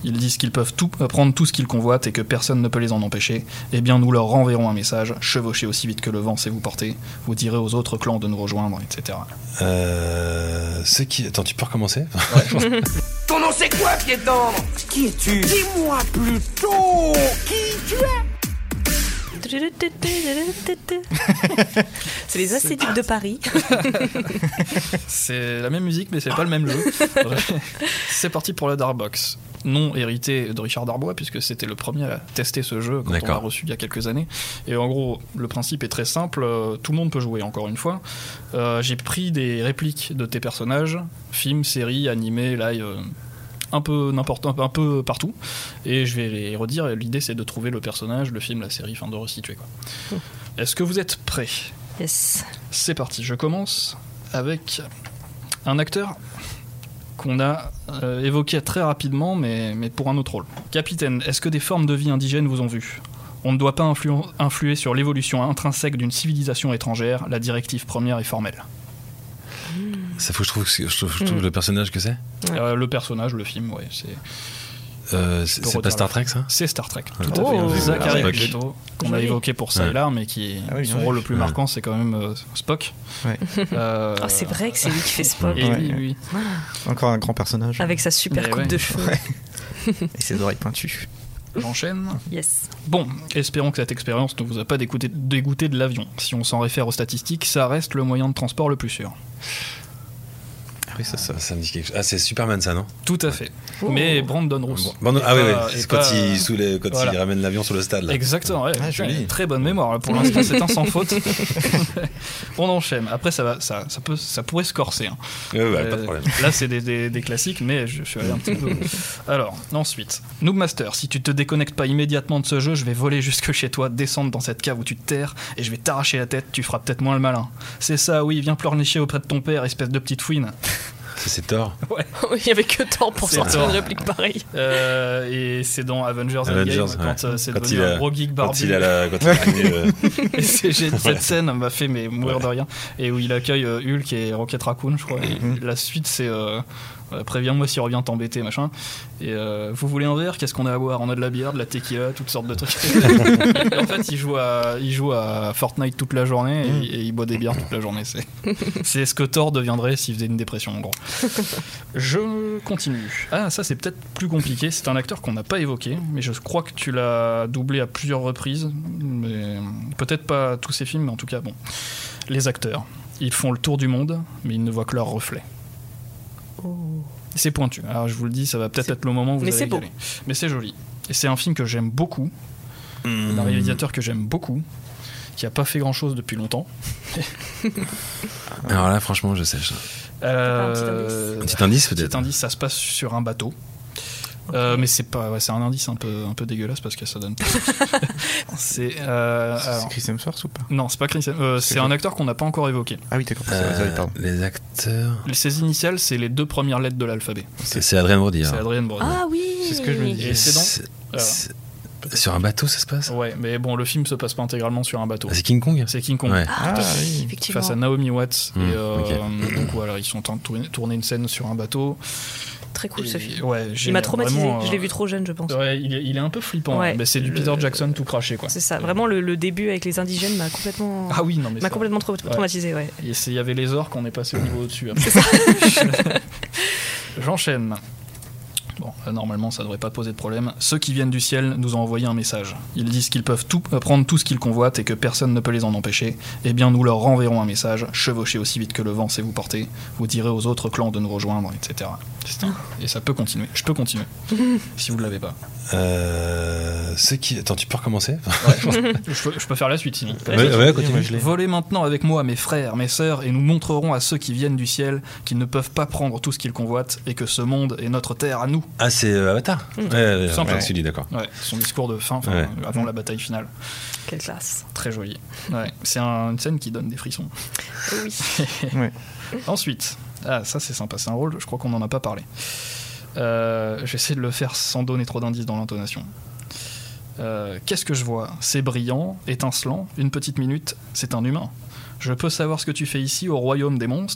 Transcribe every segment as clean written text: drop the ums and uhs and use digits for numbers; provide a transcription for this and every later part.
Ils disent qu'ils peuvent prendre tout ce qu'ils convoitent et que personne ne peut les en empêcher. Eh bien, nous leur renverrons un message. Chevauchez aussi vite que le vent sait vous porter. Vous direz aux autres clans de nous rejoindre, etc. Attends, tu peux recommencer? Ouais. Ton nom c'est quoi, pied tendre? Qui es-tu? Dis-moi plutôt qui tu es. C'est les ascétiques de Paris. C'est la même musique, mais c'est pas le même jeu. C'est parti pour la Darkbox. Nom hérité de Richard Darbois, puisque c'était le premier à tester ce jeu quand on l'a reçu il y a quelques années. Et en gros, le principe est très simple. Tout le monde peut jouer, encore une fois. J'ai pris des répliques de tes personnages, films, séries, animés, live... un peu partout, et je vais les redire. L'idée, c'est de trouver le personnage, le film, la série, enfin de resituer, quoi. Est-ce que vous êtes prêts? Yes. C'est parti. Je commence avec un acteur qu'on a évoqué très rapidement, mais pour un autre rôle. Capitaine, est-ce que des formes de vie indigènes vous ont vu? On ne doit pas influer sur l'évolution intrinsèque d'une civilisation étrangère. La directive première est formelle. Ça faut que je trouve le personnage que c'est. Le personnage, le film, ouais, c'est pas Star Trek, ça? C'est Star Trek, tout à fait. Zachary Leto, qu'on a évoqué pour ça et là, mais son rôle le plus marquant, c'est quand même Spock. Ouais. C'est vrai que c'est lui qui fait Spock. Et oui. Encore un grand personnage. Avec sa super coupe de cheveux. Et ses oreilles pointues. J'enchaîne. Yes. Bon, espérons que cette expérience ne vous a pas dégoûté de l'avion. Si on s'en réfère aux statistiques, ça reste le moyen de transport le plus sûr. Oui, ça me dit quelque chose. Ah, c'est Superman, ça, non? Tout à fait. Mais Brandon Roos. Oui. C'est quand il ramène l'avion sur le stade, là. Exactement, ouais. Joli. Très bonne mémoire, là. Pour l'instant, c'est un sans faute. On enchaîne. Après, ça pourrait se corser. Hein. Pas de problème. Là, c'est des classiques, mais je suis allé un petit peu. Alors, ensuite, Noobmaster, si tu te déconnectes pas immédiatement de ce jeu, je vais voler jusque chez toi, descendre dans cette cave où tu te terres, et je vais t'arracher la tête, tu feras peut-être moins le malin. C'est ça, oui, viens pleurnicher auprès de ton père, espèce de petite fouine. C'est Thor. Ouais. Il n'y avait que Thor pour sortir une réplique pareille. Et c'est dans Avengers Endgame, quand c'est devenu un gros geek barbu. Et cette scène m'a fait mourir de rien. Et où il accueille Hulk et Rocket Raccoon, je crois. Et la suite, c'est... préviens-moi s'il revient t'embêter, machin. Et vous voulez un verre? Qu'est-ce qu'on a à boire? On a de la bière, de la tequila, toutes sortes de trucs. Et en fait, il joue à Fortnite toute la journée et il boit des bières toute la journée. C'est ce que Thor deviendrait s'il faisait une dépression, en gros. Je continue. Ah, ça, c'est peut-être plus compliqué. C'est un acteur qu'on n'a pas évoqué, mais je crois que tu l'as doublé à plusieurs reprises. Mais peut-être pas tous ses films, mais en tout cas, bon. Les acteurs, ils font le tour du monde, mais ils ne voient que leur reflet. C'est pointu. Alors je vous le dis, ça va peut-être être le moment où vous allez y aller. Mais c'est joli. Et c'est un film que j'aime beaucoup, d'un réalisateur que j'aime beaucoup, qui a pas fait grand-chose depuis longtemps. Alors là, franchement, je sais. Un petit indice peut-être. Petit indice, ça se passe sur un bateau. Mais c'est pas, c'est un indice un peu dégueulasse parce que ça donne. C'est Chris Hemsworth ou pas? Non, c'est pas Chris Hemsworth. C'est un acteur qu'on n'a pas encore évoqué. Ah oui, d'accord. Les acteurs. Ses initiales, c'est les 2 premières lettres de l'alphabet. C'est Adrien Brody. C'est Adrien Brody. Ah oui. C'est ce que je me dis. Et c'est sur un bateau, ça se passe? Ouais, mais bon, le film se passe pas intégralement sur un bateau. C'est King Kong? C'est King Kong. Ouais. Oui, effectivement. Face à Naomi Watts. Donc voilà, ils sont en train de tourner une scène sur un bateau. Très cool ce film. Ouais, il m'a traumatisé. Je l'ai vu trop jeune, je pense. Ouais, il est un peu flippant. Ouais. Mais c'est du Peter Jackson tout craché, quoi. C'est ça. Vraiment, le début avec les indigènes m'a complètement. Ah oui, non mais. M'a complètement traumatisé, ouais. Et il y avait les orques, on est passé au niveau au-dessus. C'est ça. J'enchaîne. Bon, normalement, ça devrait pas poser de problème. Ceux qui viennent du ciel nous ont envoyé un message. Ils disent qu'ils peuvent prendre tout ce qu'ils convoitent et que personne ne peut les en empêcher. Eh bien, nous leur renverrons un message. Chevauchez aussi vite que le vent sait vous porter. Vous direz aux autres clans de nous rejoindre, etc. Et ça peut continuer. Je peux continuer. Si vous ne l'avez pas. Attends, tu peux recommencer? Ouais, je peux faire la suite sinon. Ouais, continue. Volez maintenant avec moi, mes frères, mes sœurs, et nous montrerons à ceux qui viennent du ciel qu'ils ne peuvent pas prendre tout ce qu'ils convoitent et que ce monde est notre terre à nous. Ah, c'est Avatar? Ouais, celui, d'accord. Ouais, son discours de fin, avant la bataille finale. Quelle classe. Très joli. Ouais, c'est une scène qui donne des frissons. Oui. Ouais. Ensuite, ça c'est sympa, c'est un rôle, je crois qu'on n'en a pas parlé. J'essaie de le faire sans donner trop d'indices dans l'intonation. Qu'est-ce que je vois? C'est brillant, étincelant, une petite minute, c'est un humain. Je peux savoir ce que tu fais ici au royaume des monstres?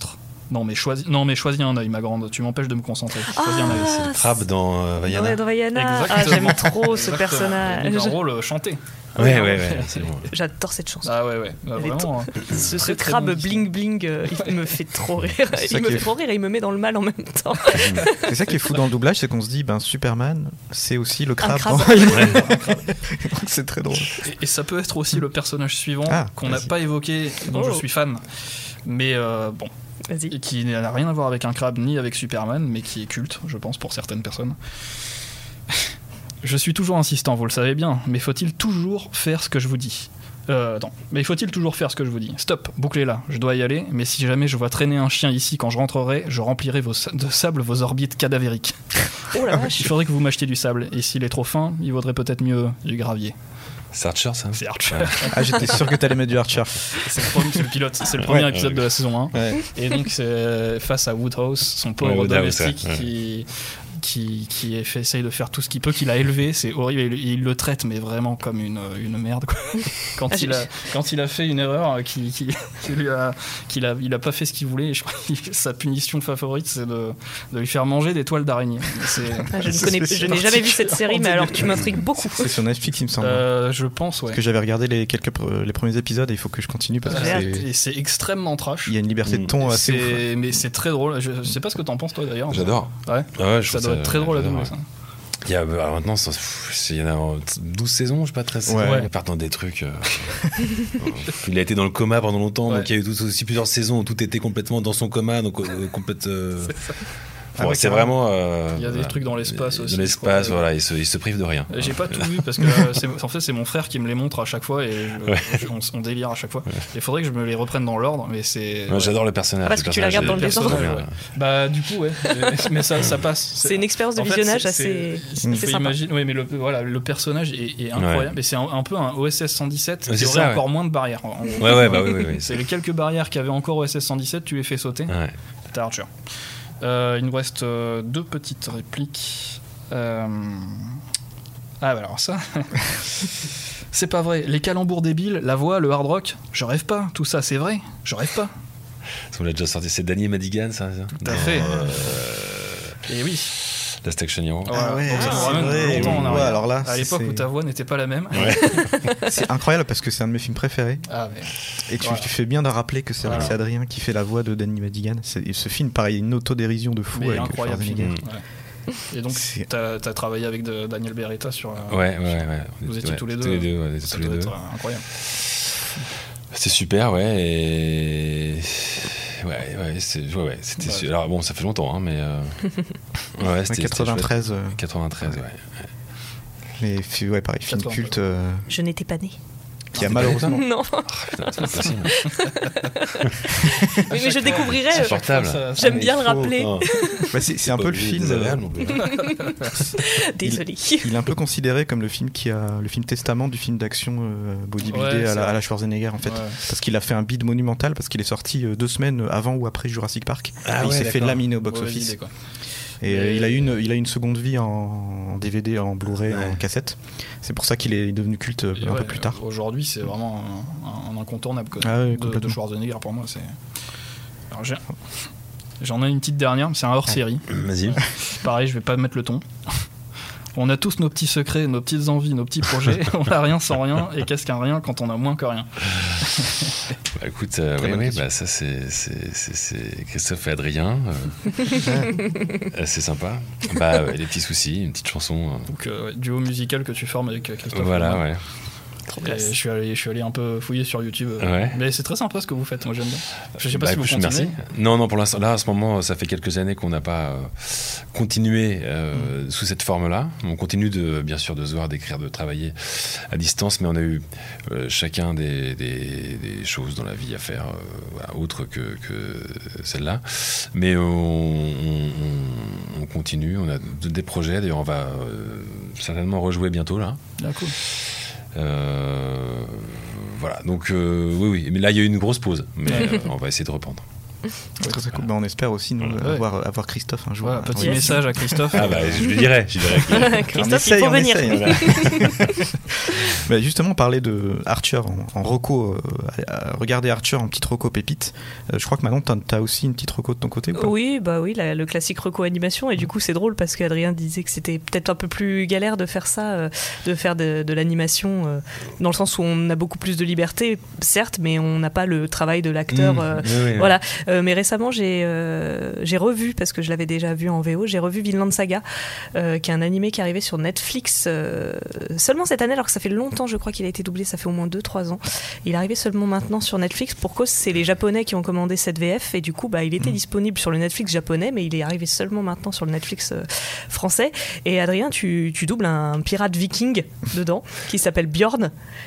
Non, mais choisis un œil, ma grande. Tu m'empêches de me concentrer. Choisis un œil. C'est le crabe dans Vaiana. Ouais, dans Vaiana. J'aime trop ce personnage. Il a un rôle chanté. Ouais, c'est bon. J'adore cette chanson. Ah ouais. Vraiment. Ce crabe bon bling bling, il me fait trop rire. Il me fait trop rire et il me met dans le mal en même temps. C'est ça qui est fou dans le doublage, c'est qu'on se dit, Superman, c'est aussi le crabe. C'est très drôle. Et ça peut être aussi le personnage suivant qu'on n'a pas évoqué, dont je suis fan. Mais bon. Vas-y. Qui n'a rien à voir avec un crabe ni avec Superman, mais qui est culte, je pense, pour certaines personnes. Je suis toujours insistant, vous le savez bien, mais faut-il toujours faire ce que je vous dis ? Mais faut-il toujours faire ce que je vous dis ? Stop, bouclez-la, je dois y aller, mais si jamais je vois traîner un chien ici quand je rentrerai, je remplirai de sable vos orbites cadavériques. Oh la vache. Il faudrait que vous m'achetiez du sable, et s'il est trop fin, il vaudrait peut-être mieux du gravier. C'est Archer, ça ? C'est Archer. J'étais sûr que t'allais mettre du Archer. C'est le pilote, c'est le premier épisode de la saison 1. Ouais. Et donc, c'est face à Woodhouse, son pauvre domestique qui essaye de faire tout ce qu'il peut, qu'il a élevé, c'est horrible, et il le traite mais vraiment comme une merde quoi. Quand il a fait une erreur il a pas fait ce qu'il voulait, et je crois que sa punition favorite c'est de lui faire manger des toiles d'araignée. Je n'ai jamais vu cette série, mais alors tu m'intrigues beaucoup. C'est sur Netflix il me semble. Je pense, ouais. Parce que j'avais regardé les premiers épisodes et il faut que je continue parce que c'est extrêmement trash. Il y a une liberté de ton assez ouf. Mais c'est très drôle. Je sais pas ce que t'en penses toi d'ailleurs. J'adore. Ouais, ça doit être très drôle à doubler ça. Il y a maintenant, il y en a 12 saisons, je sais pas, 13 saisons. Ils partent dans des trucs. Il a été dans le coma pendant longtemps, donc il y a eu aussi plusieurs saisons où tout était complètement dans son coma, donc c'est vraiment. Il y a des trucs dans l'espace aussi. Dans l'espace, voilà, il se prive de rien. J'ai pas tout vu parce que en fait c'est mon frère qui me les montre à chaque fois et on délire à chaque fois. Il faudrait que je me les reprenne dans l'ordre, mais c'est. Moi, j'adore le personnage. Parce que tu la regardes dans le désordre. Bah du coup mais ça passe. C'est une expérience de visionnage assez sympa. Oui, mais le personnage est incroyable. Et c'est un peu un OSS 117 qui aurait encore moins de barrières. Ouais. C'est les quelques barrières qu'il y avait encore OSS 117, tu les fais sauter. T'as Archer. Il nous reste 2 petites répliques. Alors ça, c'est pas vrai. Les calembours débiles, la voix, le hard rock, je rêve pas. Tout ça, c'est vrai. Je rêve pas. On l'a déjà sorti. C'est Danny Madigan, ça. Tout à fait. Et oui. Last Action Hero. Alors là, à l'époque où ta voix n'était pas la même. C'est incroyable parce que c'est un de mes films préférés. Et tu fais bien de rappeler que c'est Adrien qui fait la voix de Danny Madigan. Ce film, pareil, une autodérision de fou. Mais avec incroyable film. Et donc, t'as travaillé avec Daniel Beretta sur. Ouais. Vous étiez tous les deux. Tous les deux. Incroyable. C'est super, et. C'était. Alors bon, ça fait longtemps, mais. C'était 93. 93, Mais pareil, film culte. Je n'étais pas née. Qui a malheureusement. Non. Mais je découvrirais. C'est portable. J'aime bien le rappeler. C'est un peu le film. Désolé. Il est un peu considéré comme le film testament du film d'action bodybuildé à la Schwarzenegger en fait, parce qu'il a fait un bid monumental parce qu'il est sorti 2 semaines avant ou après Jurassic Park. Il s'est fait laminer au box-office. Et il a eu une seconde vie en DVD, en Blu-ray, en cassette. C'est pour ça qu'il est devenu culte un peu plus tard. Aujourd'hui, c'est vraiment un incontournable de Schwarzenegger pour moi. Alors, j'en ai une petite dernière, c'est un hors-série. Vas-y. Pareil, je vais pas mettre le ton. On a tous nos petits secrets, nos petites envies, nos petits projets. On a rien sans rien. Et qu'est-ce qu'un rien quand on a moins que rien? Écoute, ça c'est Christophe et Adrien. C'est sympa. Les petits soucis, une petite chanson. Donc duo musical que tu formes avec Christophe. Voilà, Et je suis allé un peu fouiller sur YouTube. Mais c'est très sympa ce que vous faites, moi j'aime bien. Je sais pas si vous continuez. Merci. Non, pour l'instant, là, à ce moment, ça fait quelques années qu'on n'a pas continué sous cette forme-là. On continue bien sûr de se voir, d'écrire, de travailler à distance, mais on a eu chacun des choses dans la vie à faire autres que celle-là. Mais on continue, on a des projets, d'ailleurs on va certainement rejouer bientôt là. D'accord. Voilà, donc oui, mais là il y a eu une grosse pause, mais on va essayer de reprendre. Très cool. On espère aussi nous avoir Christophe un jour. Voilà, petit message à Christophe. Je lui dirai. Christophe, il faut venir. Justement, parler de Archer en reco, regarder Archer en petite reco pépite. Je crois que Manon, t'as aussi une petite reco de ton côté ou pas ? Oui, le classique reco animation. Et du coup, c'est drôle parce qu'Adrien disait que c'était peut-être un peu plus galère de faire ça, de faire de l'animation, dans le sens où on a beaucoup plus de liberté, certes, mais on n'a pas le travail de l'acteur. Voilà. Mais récemment, j'ai revu, parce que je l'avais déjà vu en VO, j'ai revu Vinland Saga, qui est un animé qui est arrivé sur Netflix seulement cette année, alors que ça fait longtemps, je crois qu'il a été doublé, ça fait au moins 2-3 ans. Il est arrivé seulement maintenant sur Netflix, pour cause c'est les Japonais qui ont commandé cette VF, et du coup, il était disponible sur le Netflix japonais, mais il est arrivé seulement maintenant sur le Netflix français. Et Adrien, tu doubles un pirate viking dedans, qui s'appelle Bjorn.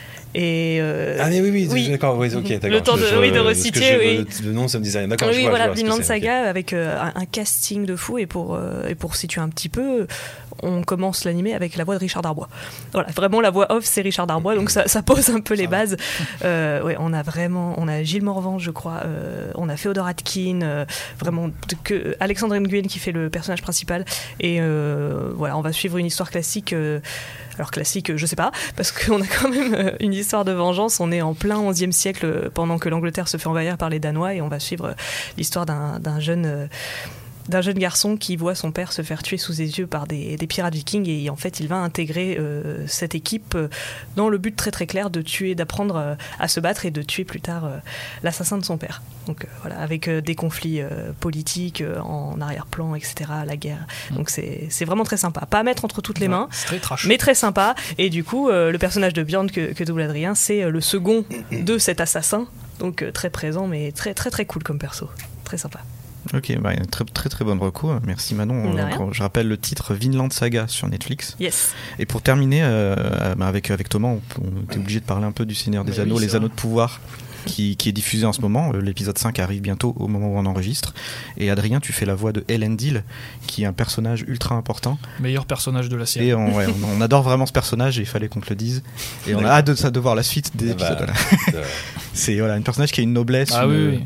Et oui, d'accord, ok, d'accord. Le temps de reciter, le nom, ça me disait rien. D'accord. Oui, voilà, Vinland Saga avec un casting de fou, et pour situer un petit peu, on commence l'animé avec la voix de Richard Darbois. Voilà, vraiment la voix off, c'est Richard Darbois, donc ça pose un peu les bases. On a Gilles Morvan, je crois, on a Féodor Atkin, vraiment Alexandre Nguyen qui fait le personnage principal, et on va suivre une histoire classique. Alors classique, je sais pas, parce qu'on a quand même une histoire de vengeance. On est en plein 11e siècle, pendant que l'Angleterre se fait envahir par les Danois, et on va suivre l'histoire d'un jeune garçon qui voit son père se faire tuer sous ses yeux par des pirates vikings, et en fait il va intégrer cette équipe dans le but très très clair de tuer, d'apprendre à se battre et de tuer plus tard l'assassin de son père. Donc avec des conflits politiques en arrière-plan, etc., la guerre. Donc c'est vraiment très sympa. Pas à mettre entre toutes les mains, mais très sympa. Et du coup, le personnage de Bjorn que double Adrien, c'est le second de cet assassin. Donc très présent, mais très très très cool comme perso. Très sympa. Ok, très très très bonne reco. Merci Manon. Je rappelle le titre, Vinland Saga sur Netflix. Yes. Et pour terminer, avec Thomas, on était obligé de parler un peu du Seigneur des Anneaux, les Anneaux de pouvoir, qui est diffusé en ce moment. L'épisode 5 arrive bientôt au moment où on enregistre. Et Adrien, tu fais la voix de Elendil, qui est un personnage ultra important. Meilleur personnage de la série. Et on adore vraiment ce personnage, et il fallait qu'on te le dise. Et on a hâte de voir la suite des épisodes. C'est un personnage qui a une noblesse. Oui.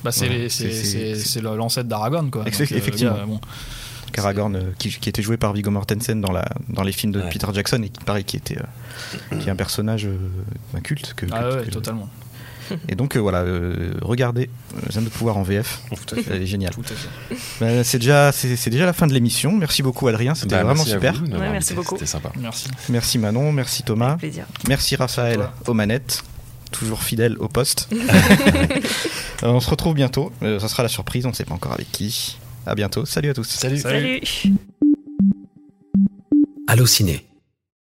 C'est l'ancêtre d'Aragorn, quoi. Effectivement. Aragorn, qui était joué par Viggo Mortensen dans les films de Peter Jackson, et qui est un personnage culte. Totalement. Et donc regardez Les Anneaux de pouvoir en VF, elle est géniale. C'est déjà la fin de l'émission. Merci beaucoup Adrien, c'était vraiment super. Merci beaucoup. C'était sympa. Merci Manon, merci Thomas. Avec plaisir. Merci Raphaël aux manettes, toujours fidèle au poste. On se retrouve bientôt, ça sera la surprise, on ne sait pas encore avec qui. À bientôt, salut à tous. Salut. Allociné.